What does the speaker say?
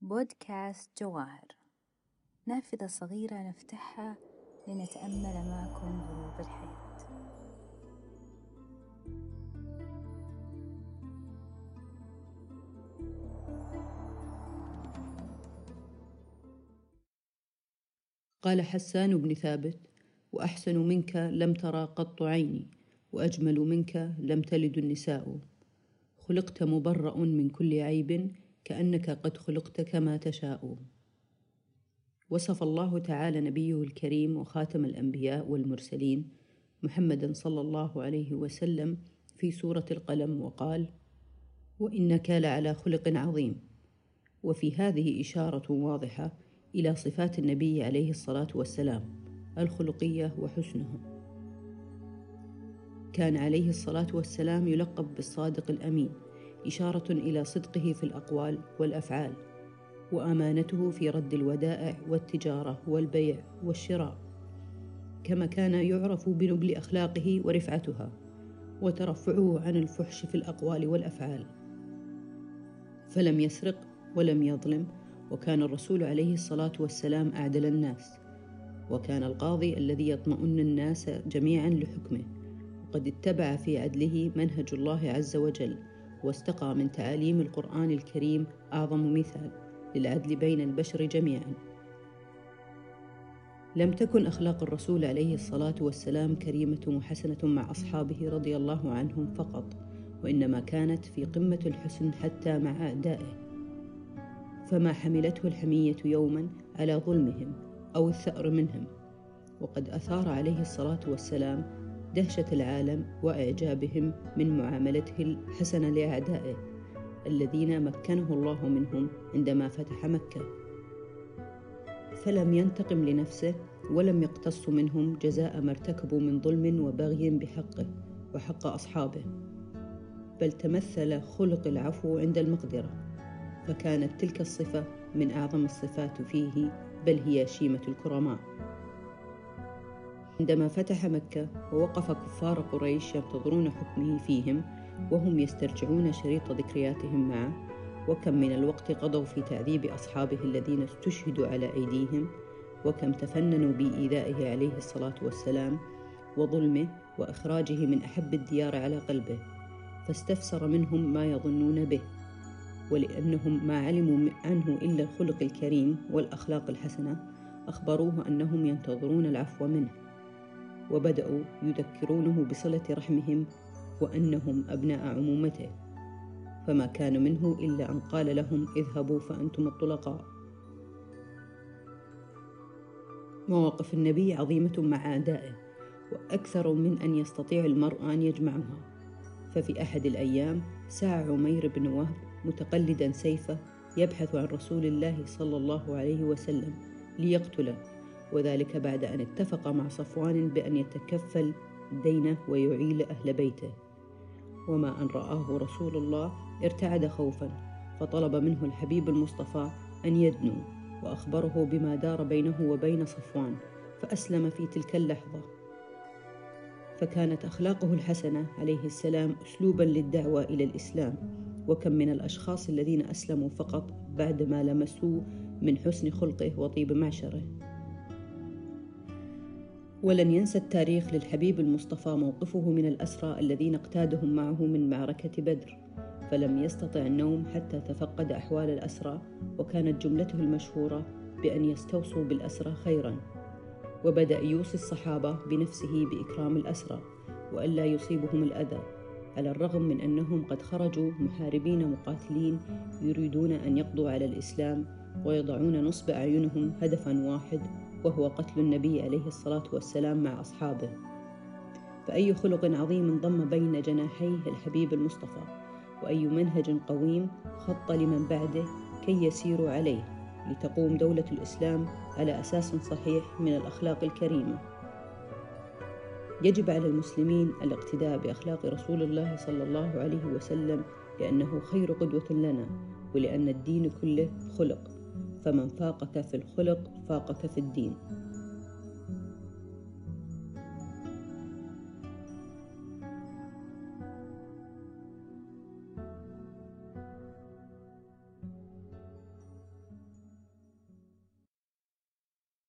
بودكاست جواهر، نافذة صغيرة نفتحها لنتأمل معكم غروب الحياة. قال حسان بن ثابت: وأحسن منك لم ترى قط عيني، وأجمل منك لم تلد النساء. خلقت مبرأ من كل عيب، كأنك قد خلقت كما تشاء. وصف الله تعالى نبيه الكريم وخاتم الأنبياء والمرسلين محمدا صلى الله عليه وسلم في سورة القلم وقال: وإنك لعلى خلق عظيم. وفي هذه إشارة واضحة إلى صفات النبي عليه الصلاة والسلام الخلقية وحسنه. كان عليه الصلاة والسلام يلقب بالصادق الأمين، إشارة إلى صدقه في الأقوال والأفعال، وأمانته في رد الودائع والتجارة والبيع والشراء. كما كان يعرف بنبل أخلاقه ورفعتها، وترفعه عن الفحش في الأقوال والأفعال. فلم يسرق ولم يظلم، وكان الرسول عليه الصلاة والسلام أعدل الناس، وكان القاضي الذي يطمئن الناس جميعا لحكمه، وقد اتبع في عدله منهج الله عز وجل، واستقى من تعاليم القرآن الكريم أعظم مثال للعدل بين البشر جميعا. لم تكن أخلاق الرسول عليه الصلاة والسلام كريمة وحسنة مع أصحابه رضي الله عنهم فقط، وإنما كانت في قمة الحسن حتى مع أعدائه، فما حملته الحمية يوما على ظلمهم أو الثأر منهم. وقد أثار عليه الصلاة والسلام دهشة العالم وإعجابهم من معاملته الحسنة لأعدائه الذين مكنه الله منهم عندما فتح مكة، فلم ينتقم لنفسه ولم يقتص منهم جزاء ما ارتكبوا من ظلم وبغي بحقه وحق أصحابه، بل تمثل خلق العفو عند المقدرة، فكانت تلك الصفة من أعظم الصفات فيه، بل هي شيمة الكرماء. عندما فتح مكة ووقف كفار قريش ينتظرون حكمه فيهم وهم يسترجعون شريط ذكرياتهم معه، وكم من الوقت قضوا في تعذيب أصحابه الذين استشهدوا على أيديهم، وكم تفننوا بإيذائه عليه الصلاة والسلام وظلمه وإخراجه من أحب الديار على قلبه، فاستفسر منهم ما يظنون به، ولأنهم ما علموا عنه إلا الخلق الكريم والأخلاق الحسنة أخبروه أنهم ينتظرون العفو منه، وبدأوا يذكرونه بصلة رحمهم وأنهم أبناء عمومته، فما كان منه إلا أن قال لهم: اذهبوا فأنتم الطلقاء. مواقف النبي عظيمة مع أعدائه، وأكثر من أن يستطيع المرء أن يجمعها. ففي أحد الأيام سعى عمير بن وهب متقلدا سيفه يبحث عن رسول الله صلى الله عليه وسلم ليقتله، وذلك بعد أن اتفق مع صفوان بأن يتكفل دينه ويعيل أهل بيته. وما أن رآه رسول الله ارتعد خوفا، فطلب منه الحبيب المصطفى أن يدنو، وأخبره بما دار بينه وبين صفوان، فأسلم في تلك اللحظة. فكانت أخلاقه الحسنة عليه السلام أسلوبا للدعوة إلى الإسلام، وكم من الأشخاص الذين أسلموا فقط بعدما لمسوا من حسن خلقه وطيب معشره. ولن ينسى التاريخ للحبيب المصطفى موقفه من الأسرى الذين اقتادهم معه من معركة بدر، فلم يستطع النوم حتى تفقد أحوال الأسرى، وكانت جملته المشهورة بأن يستوصوا بالأسرى خيرا، وبدأ يوصي الصحابة بنفسه بإكرام الأسرى وألا يصيبهم الأذى، على الرغم من أنهم قد خرجوا محاربين مقاتلين يريدون أن يقضوا على الإسلام ويضعون نصب أعينهم هدفا واحد، وهو قتل النبي عليه الصلاة والسلام مع أصحابه. فأي خلق عظيم ضم بين جناحيه الحبيب المصطفى، وأي منهج قويم خط لمن بعده كي يسيروا عليه، لتقوم دولة الإسلام على أساس صحيح من الأخلاق الكريمة. يجب على المسلمين الاقتداء بأخلاق رسول الله صلى الله عليه وسلم، لأنه خير قدوة لنا، ولأن الدين كله خلق، فمن فاقك في الخلق فاقك في الدين.